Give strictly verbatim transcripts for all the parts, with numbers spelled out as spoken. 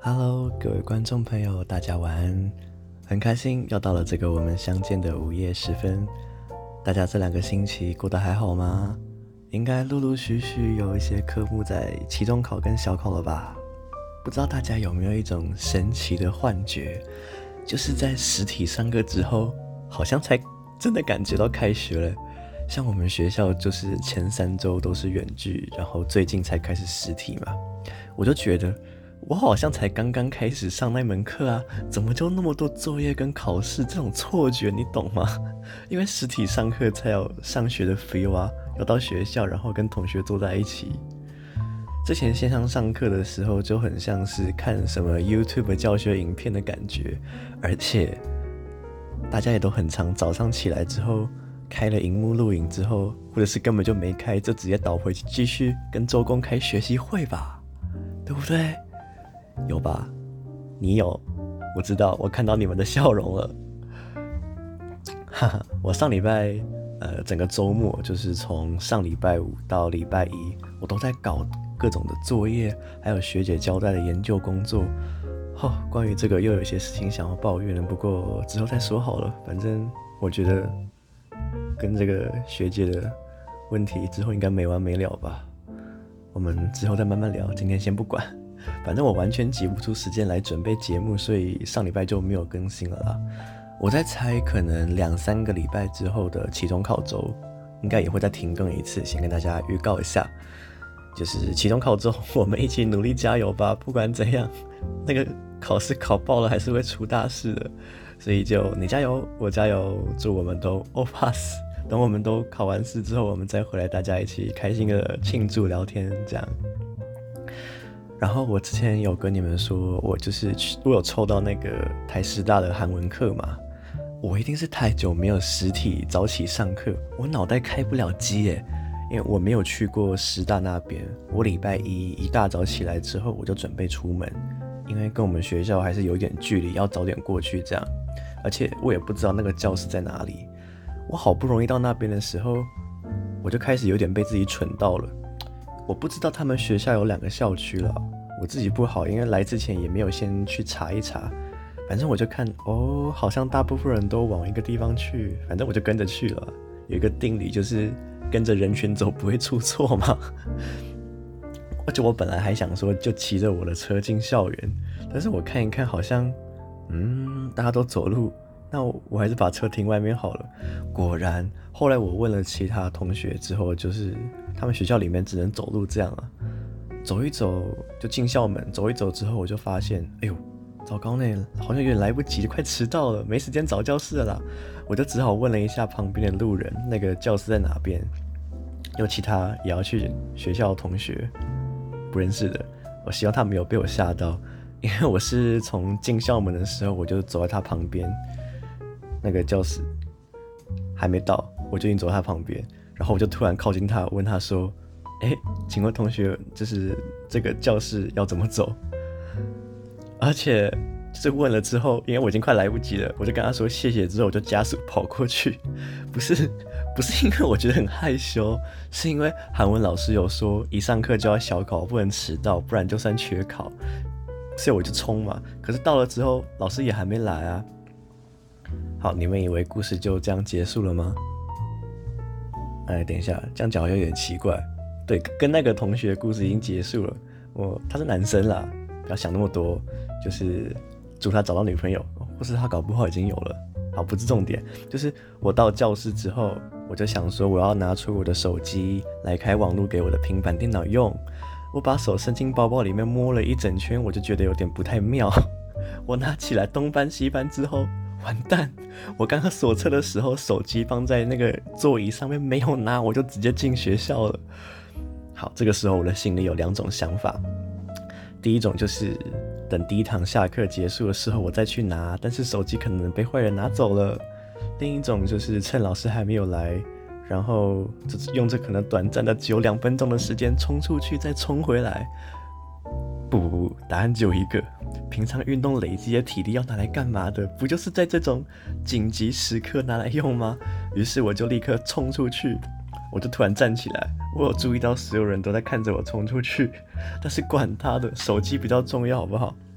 Hello，各位观众朋友，大家晚安。很开心又到了这个我们相见的午夜时分。大家这两个星期过得还好吗？应该陆陆续续有一些科目在期中考跟小考了吧？不知道大家有没有一种神奇的幻觉，就是在实体上课之后，好像才真的感觉到开学了。像我们学校就是前三周都是远距，然后最近才开始实体嘛，我就觉得我好像才刚刚开始上那门课啊，怎么就那么多作业跟考试，这种错觉你懂吗？因为实体上课才有上学的 feel 啊，要到学校然后跟同学坐在一起。之前线上上课的时候就很像是看什么 YouTube 教学影片的感觉，而且大家也都很常早上起来之后开了荧幕录影之后，或者是根本就没开，就直接倒回去继续跟周公开学习会吧，对不对？有吧？你有，我知道，我看到你们的笑容了。哈哈，我上礼拜呃整个周末就是从上礼拜五到礼拜一，我都在搞各种的作业，还有学姐交代的研究工作。哦，关于这个又有一些事情想要抱怨了，不过之后再说好了。反正我觉得跟这个学姐的问题之后应该没完没了吧。我们之后再慢慢聊，今天先不管。反正我完全挤不出时间来准备节目，所以上礼拜就没有更新了啦。我在猜，可能两三个礼拜之后的期中考周，应该也会再停更一次，先跟大家预告一下。就是期中考周，我们一起努力加油吧！不管怎样，那个考试考爆了还是会出大事的，所以就你加油，我加油，祝我们都 all pass。等我们都考完试之后，我们再回来，大家一起开心的庆祝聊天，这样。然后我之前有跟你们说，我就是我有抽到那个台师大的韩文课嘛，我一定是太久没有实体早起上课，我脑袋开不了机耶，因为我没有去过师大那边。我礼拜一一大早起来之后，我就准备出门，因为跟我们学校还是有一点距离，要早点过去这样。而且我也不知道那个教室在哪里，我好不容易到那边的时候，我就开始有点被自己蠢到了。我不知道他们学校有两个校区了，我自己不好，因为来之前也没有先去查一查。反正我就看，哦，好像大部分人都往一个地方去，反正我就跟着去了。有一个定理就是跟着人群走不会出错嘛。而且我本来还想说就骑着我的车进校园，但是我看一看好像，嗯，大家都走路，那我我还是把车停外面好了。果然，后来我问了其他同学之后，就是他们学校里面只能走路这样啊。走一走就进校门，走一走之后我就发现，哎呦，糟糕呢，好像有点来不及，快迟到了，没时间找教室了啦。我就只好问了一下旁边的路人，那个教室在哪边？有其他也要去学校的同学，不认识的，我希望他没有被我吓到，因为我是从进校门的时候我就走在他旁边，那个教室还没到，我就已经走在他旁边，然后我就突然靠近他，问他说：“哎，请问同学，就是这个教室要怎么走？”而且就是问了之后，因为我已经快来不及了，我就跟他说谢谢，之后我就加速跑过去。不是不是因为我觉得很害羞，是因为韩文老师有说一上课就要小考，不能迟到，不然就算缺考，所以我就冲嘛。可是到了之后，老师也还没来啊。好，你们以为故事就这样结束了吗？哎，等一下，这样讲好像有点奇怪。对，跟那个同学的故事已经结束了。我他是男生啦，不要想那么多，就是祝他找到女朋友，或是他搞不好已经有了。好，不是重点，就是我到教室之后，我就想说我要拿出我的手机来开网路给我的平板电脑用。我把手伸进包包里面摸了一整圈，我就觉得有点不太妙。我拿起来东翻西翻之后，完蛋！我刚刚锁车的时候，手机放在那个座椅上面没有拿，我就直接进学校了。好，这个时候我的心里有两种想法。第一种就是等第一堂下课结束的时候我再去拿，但是手机可能被坏人拿走了。另一种就是趁老师还没有来，然后用这可能短暂的只有两分钟的时间冲出去再冲回来。不不不，答案只有一个。平常运动累积的体力要拿来干嘛的？不就是在这种紧急时刻拿来用吗？于是我就立刻冲出去，我就突然站起来。我有注意到所有人都在看着我冲出去，但是管他的，手机比较重要，好不好？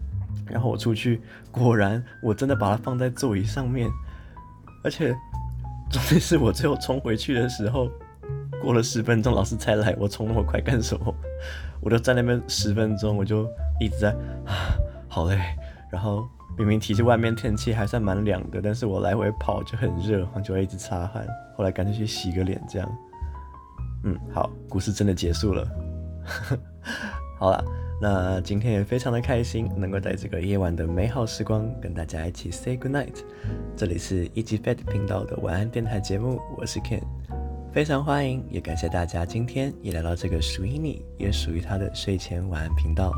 然后我出去，果然我真的把它放在座椅上面，而且重点是我最后冲回去的时候，过了十分钟老师才来，我冲那么快干什么？我就在那边十分钟，我就一直在啊，好累。然后明明其实外面天气还算蛮凉的，但是我来回跑就很热，就会一直擦汗。后来干脆去洗个脸，这样。嗯，好，故事真的结束了。好啦，那今天也非常的开心，能够在这个夜晚的美好时光跟大家一起 say good night。这里是一级 Fat 频道的晚安电台节目，我是 Ken。非常欢迎，也感谢大家今天也来到这个属于你也属于他的睡前晚安频道。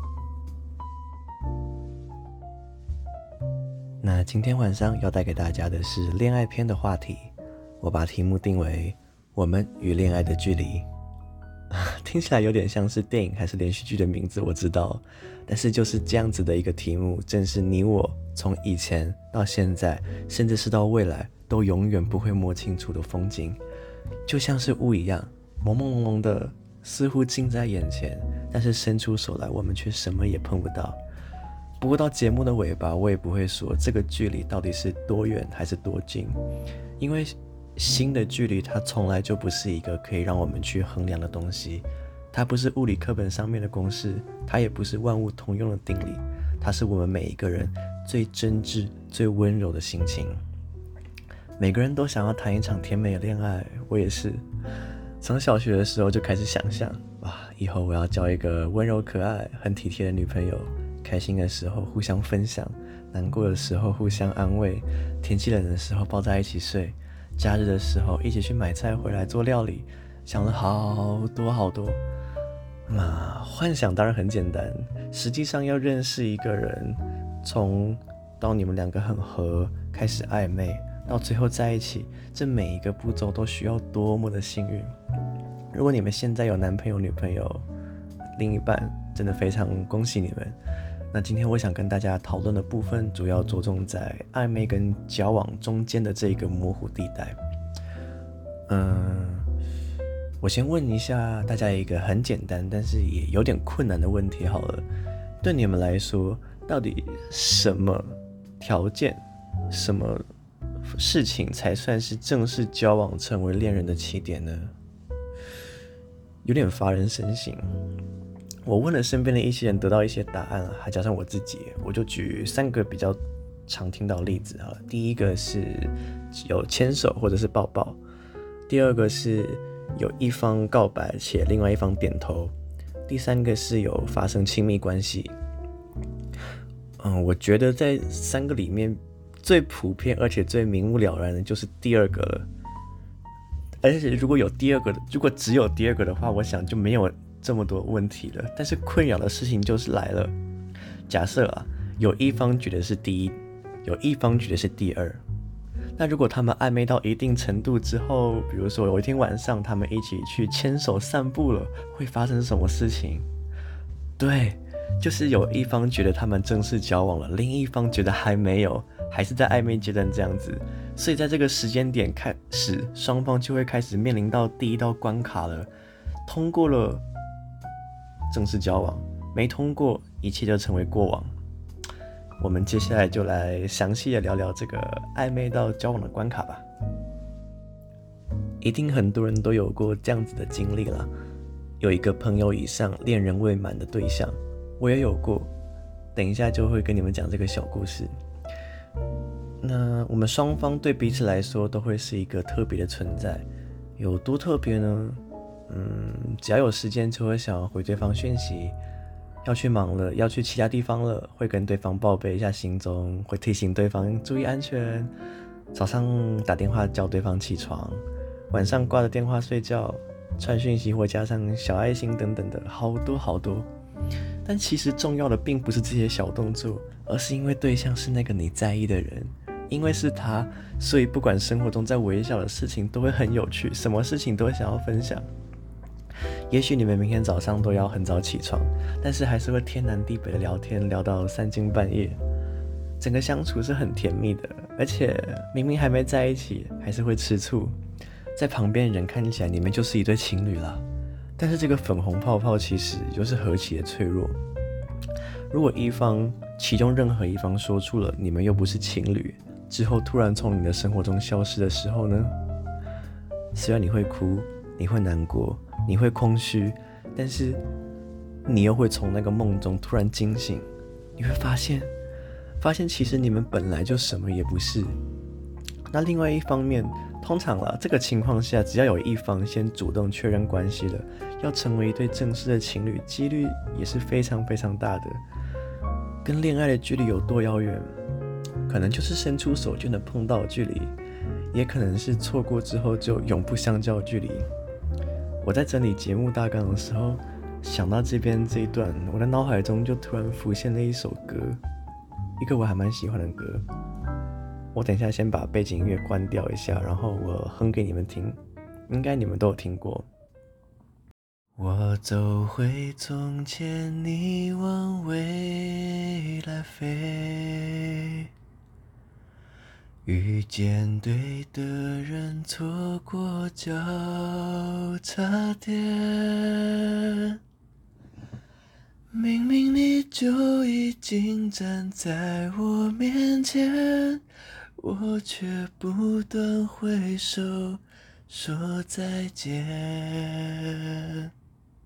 那今天晚上要带给大家的是恋爱篇的话题，我把题目定为我们与恋爱的距离。听起来有点像是电影还是连续剧的名字，我知道，但是就是这样子的一个题目，正是你我从以前到现在，甚至是到未来都永远不会摸清楚的风景。就像是雾一样，朦朦胧胧的，似乎近在眼前，但是伸出手来，我们却什么也碰不到。不过到节目的尾巴，我也不会说这个距离到底是多远还是多近，因为心的距离它从来就不是一个可以让我们去衡量的东西，它不是物理课本上面的公式，它也不是万物通用的定理，它是我们每一个人最真挚最温柔的心情。每个人都想要谈一场甜美的恋爱，我也是。从小学的时候就开始想象，哇，以后我要交一个温柔可爱、很体贴的女朋友，开心的时候互相分享，难过的时候互相安慰，天气冷的时候抱在一起睡，假日的时候一起去买菜回来做料理，想了好多好多。那幻想当然很简单，实际上要认识一个人，从到你们两个很合，开始暧昧，到最后在一起，这每一个步骤都需要多么的幸运。如果你们现在有男朋友女朋友另一半，真的非常恭喜你们。那今天我想跟大家讨论的部分主要着重在暧昧跟交往中间的这个模糊地带。嗯，我先问一下大家一个很简单但是也有点困难的问题好了，对你们来说，到底什么条件什么事情才算是正式交往成为恋人的起点呢？有点发人深省。我问了身边的一些人，得到一些答案，还加上我自己，我就举三个比较常听到的例子好了。第一个是有牵手或者是抱抱，第二个是有一方告白且另外一方点头，第三个是有发生亲密关系。嗯，我觉得在三个里面最普遍而且最明目了然的就是第二个了。而且如果有第二个，如果只有第二个的话，我想就没有这么多问题了。但是困扰的事情就是来了，假设啊，有一方觉得是第一，有一方觉得是第二，那如果他们暧昧到一定程度之后，比如说有一天晚上他们一起去牵手散步了，会发生什么事情？对，就是有一方觉得他们正式交往了，另一方觉得还没有，还是在暧昧阶段这样子。所以在这个时间点开始，双方就会开始面临到第一道关卡了。通过了正式交往，没通过一切就成为过往。我们接下来就来详细的聊聊这个暧昧到交往的关卡吧。一定很多人都有过这样子的经历啦，有一个朋友以上恋人未满的对象，我也有过，等一下就会跟你们讲这个小故事。那我们双方对彼此来说都会是一个特别的存在，有多特别呢？嗯，只要有时间就会想要回对方讯息，要去忙了，要去其他地方了，会跟对方报备一下行踪，会提醒对方注意安全，早上打电话叫对方起床，晚上挂着电话睡觉，传讯息或加上小爱心等等的，好多好多。但其实重要的并不是这些小动作，而是因为对象是那个你在意的人，因为是他，所以不管生活中再微小的事情都会很有趣，什么事情都会想要分享。也许你们明天早上都要很早起床，但是还是会天南地北的聊天，聊到三更半夜，整个相处是很甜蜜的，而且明明还没在一起，还是会吃醋，在旁边的人看起来你们就是一对情侣啦。但是这个粉红泡泡其实就是何其的脆弱。 如果一方其中任何一方说出了你们又不是情侣之后，突然从你的生活中消失的时候呢？虽然你会哭，你会难过，你会空虚，但是你又会从那个梦中突然惊醒，你会发现发现其实你们本来就什么也不是。那另外一方面，通常啦，这个情况下，只要有一方先主动确认关系了，要成为一对正式的情侣，几率也是非常非常大的。跟恋爱的距离有多遥远，可能就是伸出手就能碰到的距离，也可能是错过之后就永不相交的距离。我在整理节目大纲的时候，想到这边这一段，我的脑海中就突然浮现了一首歌，一个我还蛮喜欢的歌。我等一下先把背景音乐关掉一下，然后我哼给你们听，应该你们都有听过。我走回从前，你往未来飞，遇见对的人，错过交叉点，明明你就已经站在我面前，我却不断挥手说再见。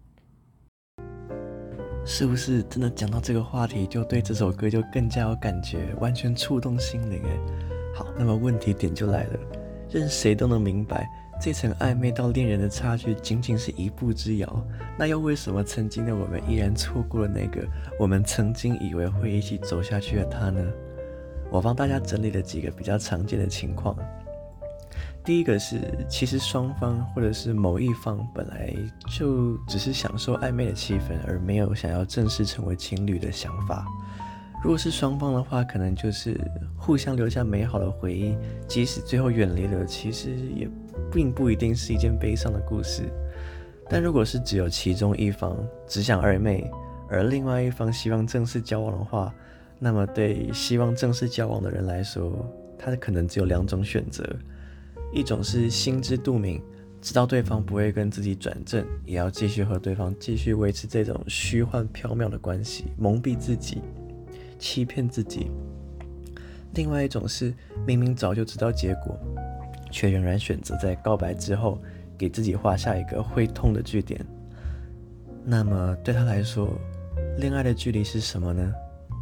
是不是真的讲到这个话题，就对这首歌就更加有感觉，完全触动心灵耶？好，那么问题点就来了，任谁都能明白，这层暧昧到恋人的差距仅仅是一步之遥，那又为什么曾经的我们依然错过了那个我们曾经以为会一起走下去的他呢？我帮大家整理了几个比较常见的情况。第一个是，其实双方或者是某一方本来就只是享受暧昧的气氛，而没有想要正式成为情侣的想法。如果是双方的话，可能就是互相留下美好的回忆，即使最后远离了，其实也并不一定是一件悲伤的故事。但如果是只有其中一方只想暧昧，而另外一方希望正式交往的话，那么对希望正式交往的人来说，他可能只有两种选择。一种是心知肚明，知道对方不会跟自己转正，也要继续和对方继续维持这种虚幻缥缈的关系，蒙蔽自己，欺骗自己。另外一种是明明早就知道结果，却仍然选择在告白之后给自己画下一个会痛的句点。那么对他来说，恋爱的距离是什么呢？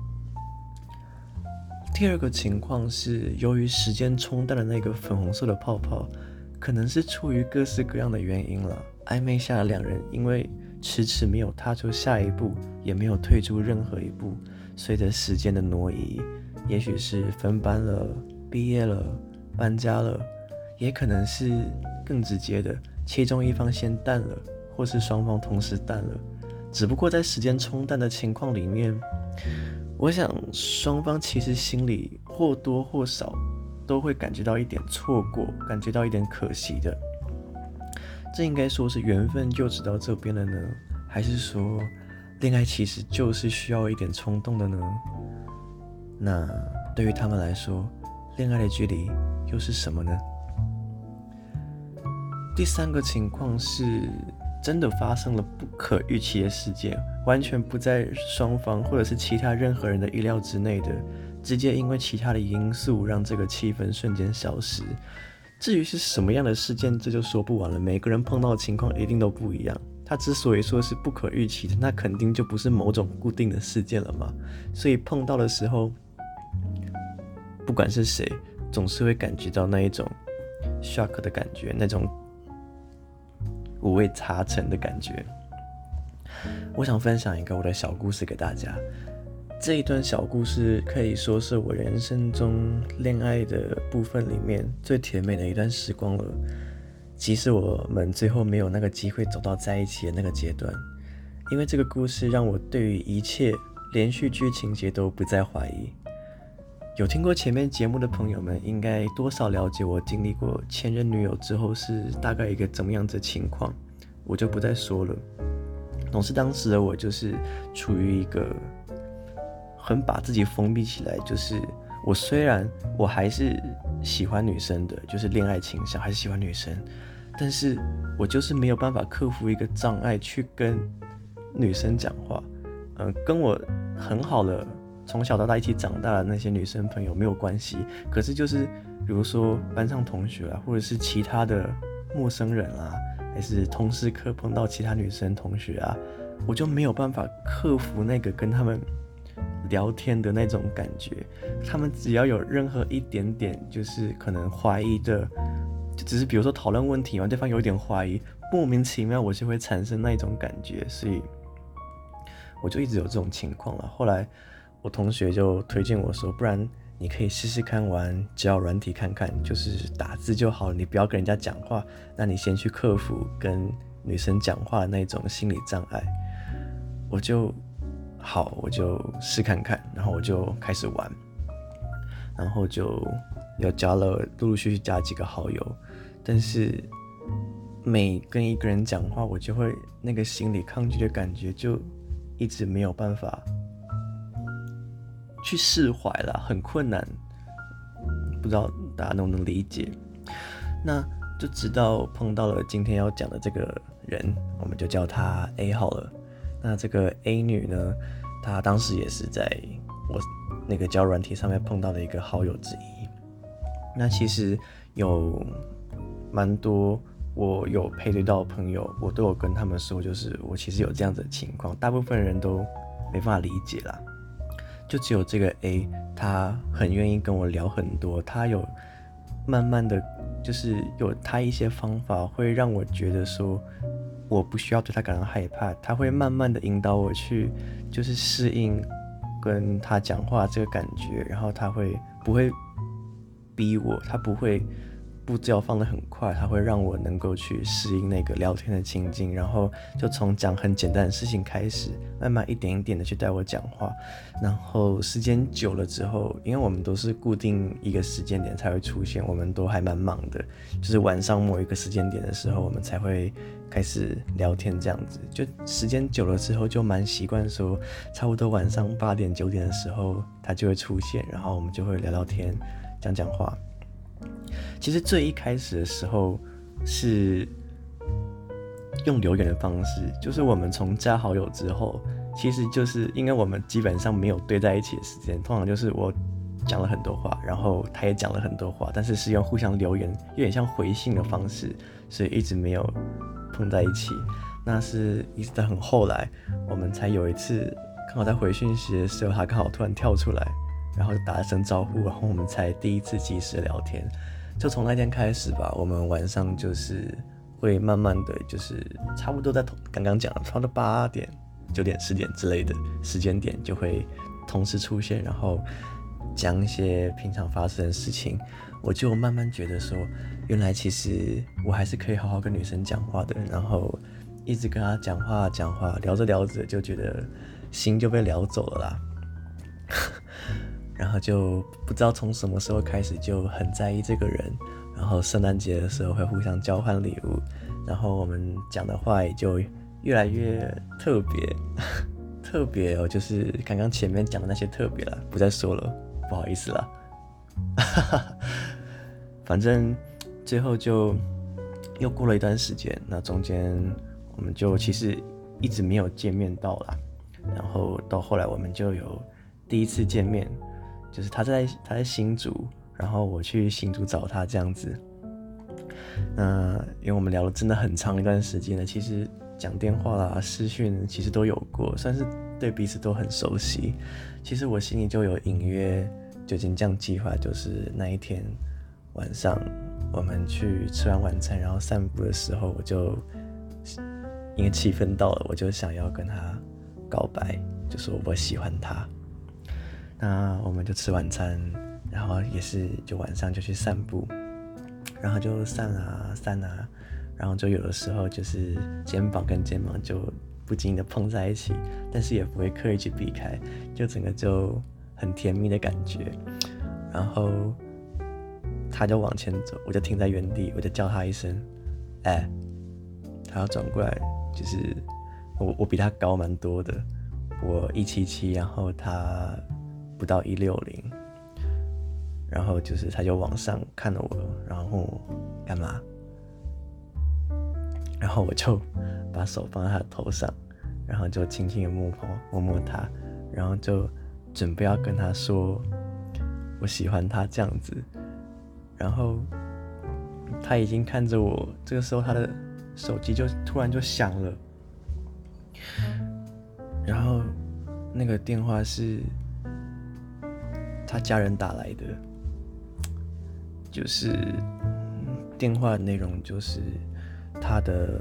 第二个情况是，由于时间冲淡了那个粉红色的泡泡，可能是出于各式各样的原因了。暧昧下的两人因为迟迟没有踏出下一步，也没有退出任何一步，随着时间的挪移，也许是分班了、毕业了、搬家了，也可能是更直接的，其中一方先淡了，或是双方同时淡了。只不过在时间冲淡的情况里面，我想双方其实心里或多或少都会感觉到一点错过，感觉到一点可惜的。这应该说是缘分就只到这边了呢，还是说恋爱其实就是需要一点冲动的呢？那对于他们来说，恋爱的距离又是什么呢？第三个情况是，真的发生了不可预期的事件，完全不在双方或者是其他任何人的意料之内的，直接因为其他的因素让这个气氛瞬间消失。至于是什么样的事件，这就说不完了，每个人碰到的情况一定都不一样。它之所以说是不可预期的，那肯定就不是某种固定的事件了嘛。所以碰到的时候，不管是谁，总是会感觉到那一种 shock 的感觉，那种五味杂陈的感觉。我想分享一个我的小故事给大家。这一段小故事可以说是我人生中恋爱的部分里面最甜美的一段时光了，即使我们最后没有那个机会走到在一起的那个阶段，因为这个故事让我对于一切连续剧情节都不再怀疑。有听过前面节目的朋友们应该多少了解我经历过前任女友之后是大概一个怎么样子的情况，我就不再说了。总之当时的我就是处于一个很把自己封闭起来，就是我虽然我还是喜欢女生的，就是恋爱倾向还是喜欢女生，但是我就是没有办法克服一个障碍去跟女生讲话。嗯、呃，跟我很好的从小到大一起长大的那些女生朋友没有关系，可是就是比如说班上同学啊，或者是其他的陌生人啊，还是同事课碰到其他女生同学啊，我就没有办法克服那个跟他们聊天的那种感觉。他们只要有任何一点点就是可能怀疑的，就只是比如说讨论问题嘛，对方有一点怀疑，莫名其妙我就会产生那种感觉，所以我就一直有这种情况了。后来我同学就推荐我说，不然你可以试试看玩交友软体看看，就是打字就好了，你不要跟人家讲话，那你先去克服跟女生讲话的那种心理障碍。我就好，我就试看看，然后我就开始玩，然后就又加了，陆陆续续加几个好友，但是每跟一个人讲话，我就会那个心理抗拒的感觉就一直没有办法去释怀啦，很困难，不知道大家能不能理解。那就直到碰到了今天要讲的这个人，我们就叫她 A 好了。那这个 A 女呢，她当时也是在我那个交友软体上面碰到的一个好友之一。那其实有蛮多我有配对到的朋友，我都有跟他们说，就是我其实有这样子的情况，大部分人都没办法理解啦。就只有这个 A， 他很愿意跟我聊很多，他有慢慢的就是有他一些方法会让我觉得说我不需要对他感到害怕，他会慢慢的引导我去就是适应跟他讲话这个感觉，然后他会不会逼我，他不会步调放得很快，他会让我能够去适应那个聊天的情境，然后就从讲很简单的事情开始，慢慢一点一点的去带我讲话，然后时间久了之后，因为我们都是固定一个时间点才会出现，我们都还蛮忙的，就是晚上某一个时间点的时候，我们才会开始聊天这样子，就时间久了之后就蛮习惯说，差不多晚上八点九点的时候他就会出现，然后我们就会聊聊天，讲讲话。其实最一开始的时候是用留言的方式，就是我们从加好友之后，其实就是因为我们基本上没有对在一起的时间，通常就是我讲了很多话，然后他也讲了很多话，但是是用互相留言，有点像回信的方式，所以一直没有碰在一起。那是一直到很后来，我们才有一次刚好在回讯息的时候，他刚好突然跳出来，然后就打一声招呼，然后我们才第一次及时聊天。就从那天开始吧，我们晚上就是会慢慢的就是差不多在刚刚讲的差不多八点九点十点之类的时间点就会同时出现，然后讲一些平常发生的事情。我就慢慢觉得说，原来其实我还是可以好好跟女生讲话的，然后一直跟她讲话讲话，聊着聊着就觉得心就被聊走了啦。然后就不知道从什么时候开始就很在意这个人，然后圣诞节的时候会互相交换礼物，然后我们讲的话也就越来越特别特别哦，就是刚刚前面讲的那些特别啦，不再说了，不好意思啦。反正最后就又过了一段时间，那中间我们就其实一直没有见面到啦，然后到后来我们就有第一次见面，就是他在他在新竹，然后我去新竹找他这样子。那因为我们聊了真的很长一段时间了，其实讲电话啦、视讯其实都有过，算是对彼此都很熟悉。其实我心里就有隐约就已经这样计划，就是那一天晚上我们去吃完晚餐，然后散步的时候，我就因为气氛到了，我就想要跟他告白，就说我喜欢他。那我们就吃晚餐，然后也是就晚上就去散步，然后就散啊散啊，然后就有的时候就是肩膀跟肩膀就不经意的碰在一起，但是也不会刻意去避开，就整个就很甜蜜的感觉。然后他就往前走，我就停在原地，我就叫他一声，哎、欸，他要转过来，就是我我比他高蛮多的，我一七七，然后他不到一六零，然后就是他就往上看了我，然后干嘛？然后我就把手放在他的头上，然后就轻轻的摸摸摸摸他， 然后就准备要跟他说我喜欢他这样子，然后他已经看着我，这个时候他的手机就突然就响了，然后那个电话是他家人打来的，就是电话内容就是他的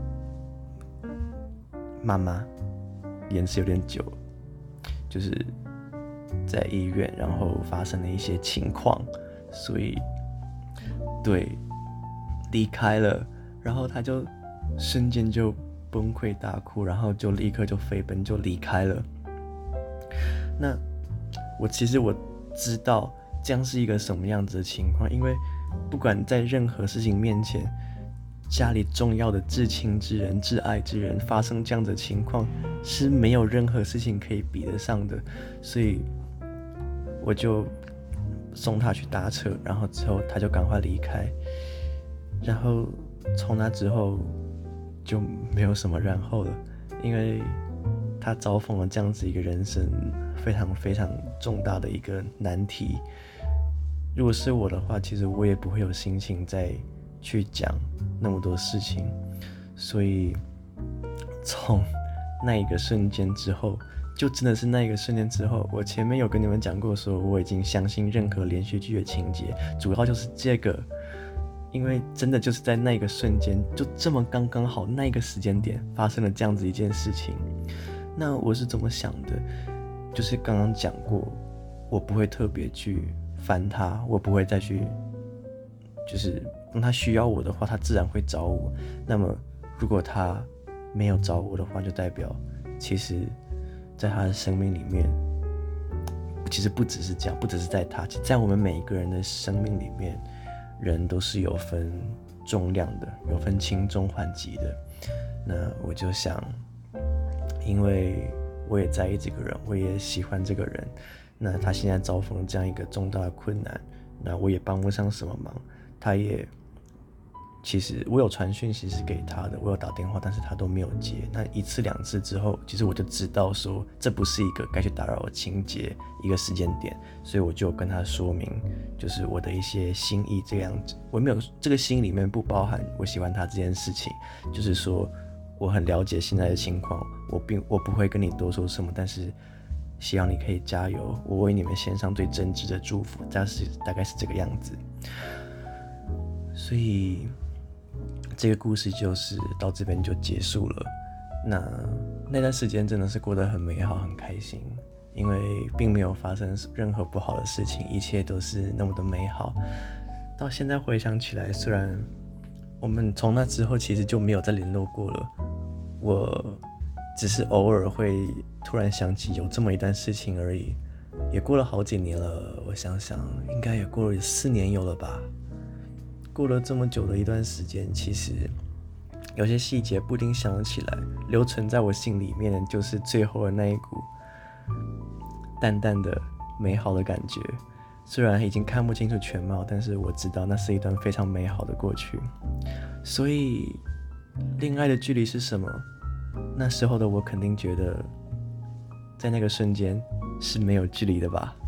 妈妈延迟有点久，就是在医院，然后发生了一些情况，所以对离开了，然后他就瞬间就崩溃大哭，然后就立刻就飞奔就离开了。那我其实我知道这样是一个什么样子的情况，因为不管在任何事情面前，家里重要的至亲之人、挚爱之人发生这样的情况，是没有任何事情可以比得上的，所以我就送他去搭车，然后之后他就赶快离开，然后从那之后就没有什么然后了，因为他遭逢了这样子一个人生非常非常重大的一个难题。如果是我的话，其实我也不会有心情再去讲那么多事情，所以从那一个瞬间之后，就真的是那一个瞬间之后，我前面有跟你们讲过说我已经相信任何连续剧的情节，主要就是这个，因为真的就是在那个瞬间，就这么刚刚好那个时间点发生了这样子一件事情。那我是怎么想的，就是刚刚讲过，我不会特别去烦他，我不会再去，就是当他需要我的话，他自然会找我。那么如果他没有找我的话，就代表其实在他的生命里面，其实不只是这样，不只是在他，在我们每一个人的生命里面，人都是有分重量的，有分轻重缓急的。那我就想，因为我也在意这个人，我也喜欢这个人，那他现在遭逢这样一个重大的困难，那我也帮不上什么忙，他也其实我有传讯息是给他的，我有打电话，但是他都没有接。那一次两次之后，其实我就知道说这不是一个该去打扰我情节一个时间点，所以我就跟他说明，就是我的一些心意这样子。我没有这个心里面不包含我喜欢他这件事情，就是说我很了解现在的情况，我并我不会跟你多说什么，但是希望你可以加油，我为你们献上最真挚的祝福，大概是大概是这个样子。所以这个故事就是到这边就结束了。那那段时间真的是过得很美好很开心，因为并没有发生任何不好的事情，一切都是那么的美好。到现在回想起来，虽然我们从那之后其实就没有再联络过了，我只是偶尔会突然想起有这么一段事情而已。也过了好几年了，我想想应该也过了四年有了吧。过了这么久的一段时间，其实有些细节不一定想得起来，留存在我心里面的就是最后的那一股淡淡的美好的感觉。虽然已经看不清楚全貌，但是我知道那是一段非常美好的过去。所以恋爱的距离是什么？那时候的我肯定觉得在那个瞬间是没有距离的吧。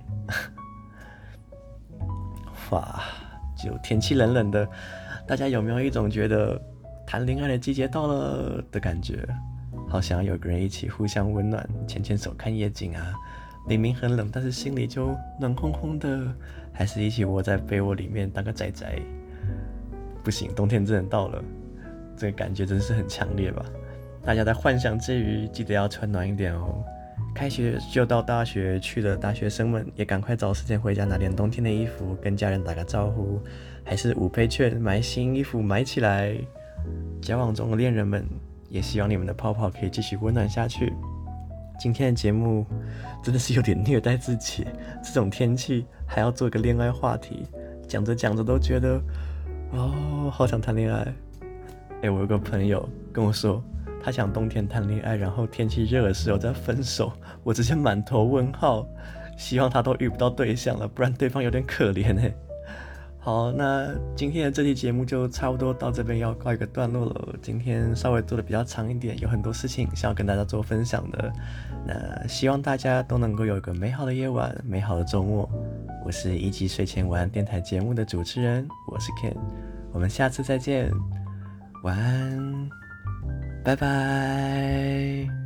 哇，就天气冷冷的，大家有没有一种觉得谈恋爱的季节到了的感觉？好想要有个人一起互相温暖，牵牵手看夜景啊，明明很冷，但是心里就暖烘烘的，还是一起窝在被窝里面当个宅宅。不行，冬天真的到了，这个感觉真是很强烈吧。大家在幻想之余，记得要穿暖一点哦。开学就到大学去的大学生们，也赶快找时间回家拿点冬天的衣服，跟家人打个招呼，还是五倍券买新衣服买起来。交往中的恋人们，也希望你们的泡泡可以继续温暖下去。今天的节目真的是有点虐待自己，这种天气还要做一个恋爱话题，讲着讲着都觉得哦，好想谈恋爱。哎，我有个朋友跟我说，他想冬天谈恋爱，然后天气热的时候再分手，我直接满头问号，希望他都遇不到对象了，不然对方有点可怜哎。 好，那今天的这期节目就差不多到这边要告一个段落了。今天稍微做的比较长一点，有很多事情想要跟大家做分享的。那希望大家都能够有一个美好的夜晚，美好的周末。我是一级睡前晚安电台节目的主持人，我是 Ken， 我们下次再见，晚安，拜拜。